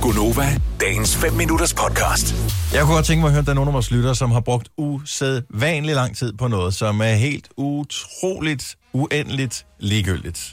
Gonova, dagens 5 minutters podcast. Jeg kunne godt tænke mig at høre, at der er nogle af vores lyttere, som har brugt usædvanlig lang tid på noget, som er helt utroligt, uendeligt ligegyldigt.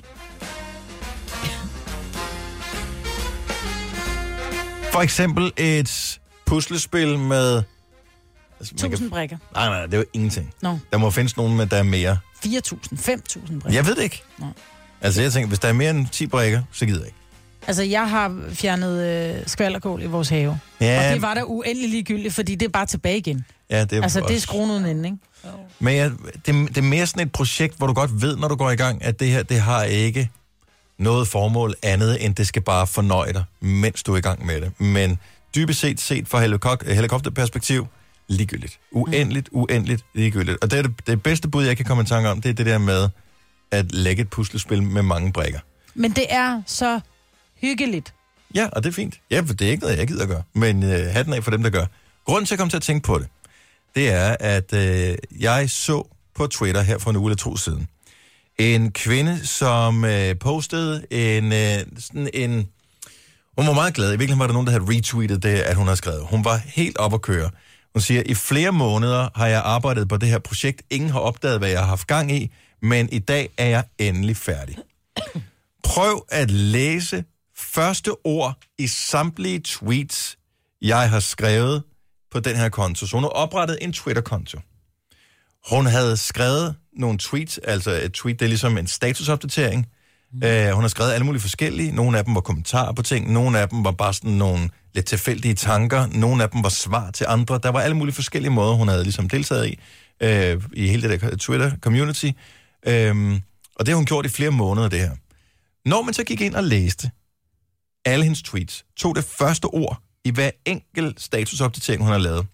For eksempel et puslespil med... 1000 brikker. Nej, det er jo ingenting. No. Der må findes nogen med, der er mere. 4.000, 5.000 brikker. Jeg ved det ikke. No. Altså, jeg tænker, hvis der er mere end 10 brikker, så gider jeg ikke. Altså, jeg har fjernet skvalderkål i vores have. Ja. Og det var da uendelig ligegyldigt, fordi det er bare tilbage igen. Ja, det er altså, også... det er skruen uden ende, ikke? Men det er mere sådan et projekt, hvor du godt ved, når du går i gang, at det her, det har ikke noget formål andet, end det skal bare fornøje dig, mens du er i gang med det. Men dybest set fra helikopterperspektiv, ligegyldigt. Uendeligt ligegyldigt. Og det bedste bud, jeg kan komme i tanke om, det er det der med at lægge et puslespil med mange brikker. Men det er så hyggeligt. Ja, og det er fint. Ja, for det er ikke noget, jeg gider at gøre. Men hatten af for dem, der gør. Grunden til at komme til at tænke på det, det er, at jeg så på Twitter her for en uge eller 2 siden, en kvinde, som postede sådan en... Hun var meget glad. I virkeligheden var der nogen, der havde retweetet det, at hun har skrevet. Hun var helt op at køre. Hun siger, i flere måneder har jeg arbejdet på det her projekt. Ingen har opdaget, hvad jeg har haft gang i, men i dag er jeg endelig færdig. Prøv at læse første ord i samtlige tweets, jeg har skrevet på den her konto. Så hun har oprettet en Twitter-konto. Hun havde skrevet nogle tweets, altså et tweet, det er ligesom en statusopdatering. Hun har skrevet alle mulige forskellige. Nogle af dem var kommentarer på ting, nogle af dem var bare sådan nogle lidt tilfældige tanker, nogle af dem var svar til andre. Der var alle mulige forskellige måder, hun havde ligesom deltaget i hele det der Twitter-community. Og det har hun gjort i flere måneder, det her. Når man så gik ind og læste alle hendes tweets, tog det første ord i hver enkelt statusopdatering, hun har lavet,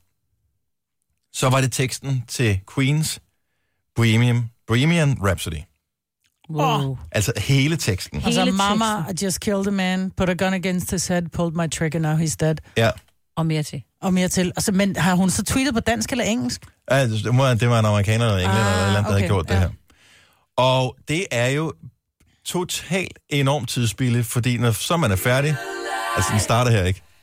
så var det teksten til Queens Bohemian Rhapsody. Wow. Altså hele teksten. Altså, mama, I just killed a man, put a gun against his head, pulled my trigger, now he's dead. Ja. Og mere til. Og mere til. Altså, men har hun så tweetet på dansk eller engelsk? Ja, det var en amerikaner eller englænder eller et eller andet, der havde gjort det her. Og det er jo totalt enormt tidsspilde, fordi når så man er færdig, altså den starter her, ikke?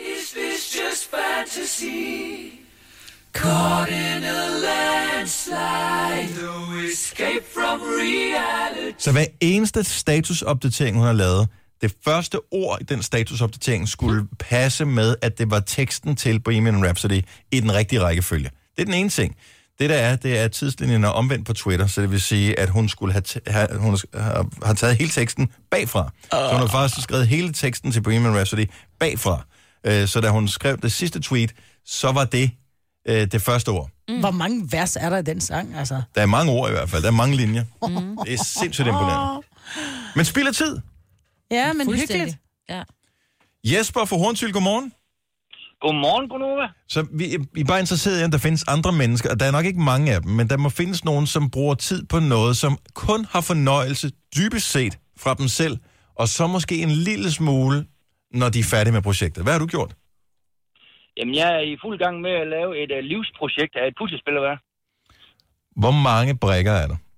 Caught in a landslide, no escape from reality. Så hver eneste statusopdatering, hun har lavet, det første ord i den statusopdatering skulle passe med, at det var teksten til Bohemian Rhapsody i den rigtige rækkefølge. Det er den ene ting. Det er tidslinjen er omvendt på Twitter, så det vil sige, at hun skulle have taget hele teksten bagfra. Så hun har faktisk skrevet hele teksten til Bohemian Rhapsody bagfra. Så da hun skrev det sidste tweet, så var det første ord. Hvor mange vers er der i den sang, altså? Der er mange ord i hvert fald. Der er mange linjer. Det er sindssygt imponerende. Men spilder tid. Ja, men hyggeligt. Ja. Jesper fra Hornsyld, godmorgen. Godmorgen, Gunova. Så vi er bare interesserede i, at der findes andre mennesker, og der er nok ikke mange af dem, men der må findes nogen, som bruger tid på noget, som kun har fornøjelse dybest set fra dem selv, og så måske en lille smule, når de er færdige med projektet. Hvad har du gjort? Jamen, jeg er i fuld gang med at lave et livsprojekt af et puslespil, hvad? Hvor mange brikker er der?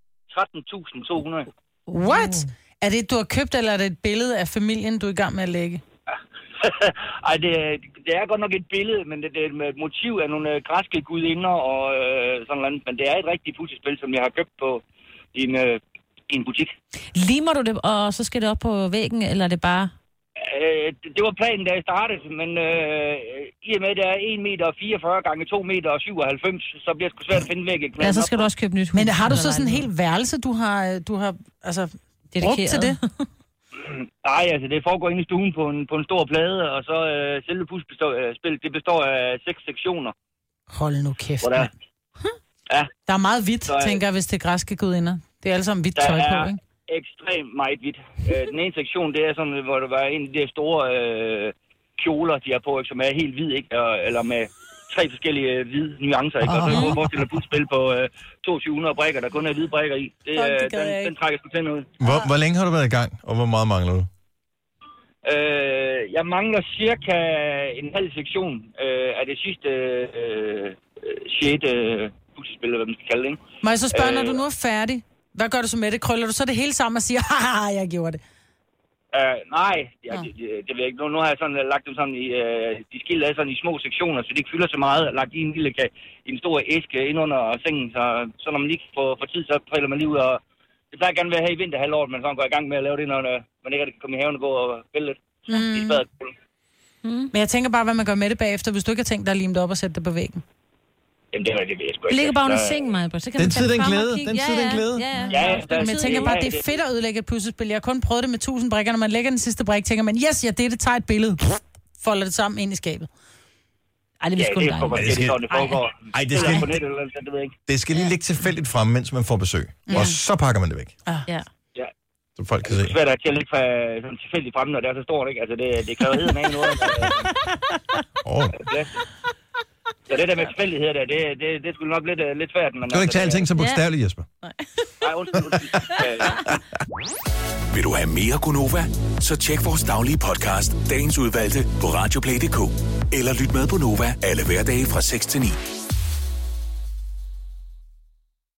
13.200. What? Er det et, du har købt, eller er det et billede af familien, du er i gang med at lægge? Ej, det er godt nok et billede, men det er et motiv af nogle græske gudinder og sådan noget. Men det er et rigtigt puslespil, som jeg har købt på i en butik. Limer du det, og så skal det op på væggen, eller er det bare... Det var planen, da jeg startede, men i og med, at det er 1,44 meter gange 2,97 meter, så bliver det sgu svært at finde væggen. Ja, så skal du også købe nyt hus. Men har du så sådan en helt værelse, du har altså brugt til det? Nej, altså det foregår inde i stuen på en stor plade, og så selve puslespillet, det består af 6 sektioner. Hold nu kæft, der, ja. Der er meget hvidt, tænker jeg, hvis det er græske gudinder. Det er alle sammen hvidt tøj på, ikke? Ekstremt meget hvidt. Den ene sektion, det er sådan, hvor der var en af de store kjoler, de har på, ikke, som er helt hvid, ikke? Eller med 3 forskellige hvide nuancer, ikke? Og så kan du forestille dig puslespil på 200 brikker, der kun er hvide brikker i. Den trækker sgu til noget. Hvor længe har du været i gang, og hvor meget mangler du? Jeg mangler cirka en halv sektion af det sidste 6. puslespil, eller hvad man skal kalde det, ikke? Må jeg så spørge, når du nu er færdig, hvad gør du så med det? Krøller du så det hele sammen og siger, haha, jeg gjorde det? Nej, det ved jeg ikke. Nu har jeg sådan lagt dem sådan i... de skilder er sådan i små sektioner, så de ikke fylder så meget. Lagt i en stor æske ind under sengen, så når man lige får tid, så triller man lige ud. Og det plejer gerne at være her i vinterhalvåret, men så går i gang med at lave det, når man ikke kan komme i haven og gå og vælge lidt. I spadet. Men jeg tænker bare, hvad man gør med det bagefter, hvis du ikke har tænkt dig at lime det op og sætte det på væggen. Jamen, det ved jeg sgu ikke. Det ligger bare under sengen, Maja. Den tid, den glæde. Men jeg tænker bare, det er fedt at ødelægge et puslespil. Jeg har kun prøvet det med 1000 brikker. Når man lægger den sidste brik, tænker man, yes, det tager et billede. Folder det sammen ind i skabet. Ej, det er sgu det skal lige ligge tilfældigt fremme, mens man får besøg. Og så pakker man det væk. Ja. Så folk kan se. Det er svært at ligge sådan tilfældigt fremme, når det er så stort, ikke? Altså, det kræver heden af noget. Så det der med tilfældigheder der, det skulle nok lidt svært. Men skal du ikke tage alting så bogstaveligt, Jesper? Nej, undskyld. Vil du have mere Gunova? Så tjek vores daglige podcast, dagens udvalgte, på radioplay.dk. Eller lyt med på Nova alle hverdage fra 6 til 9.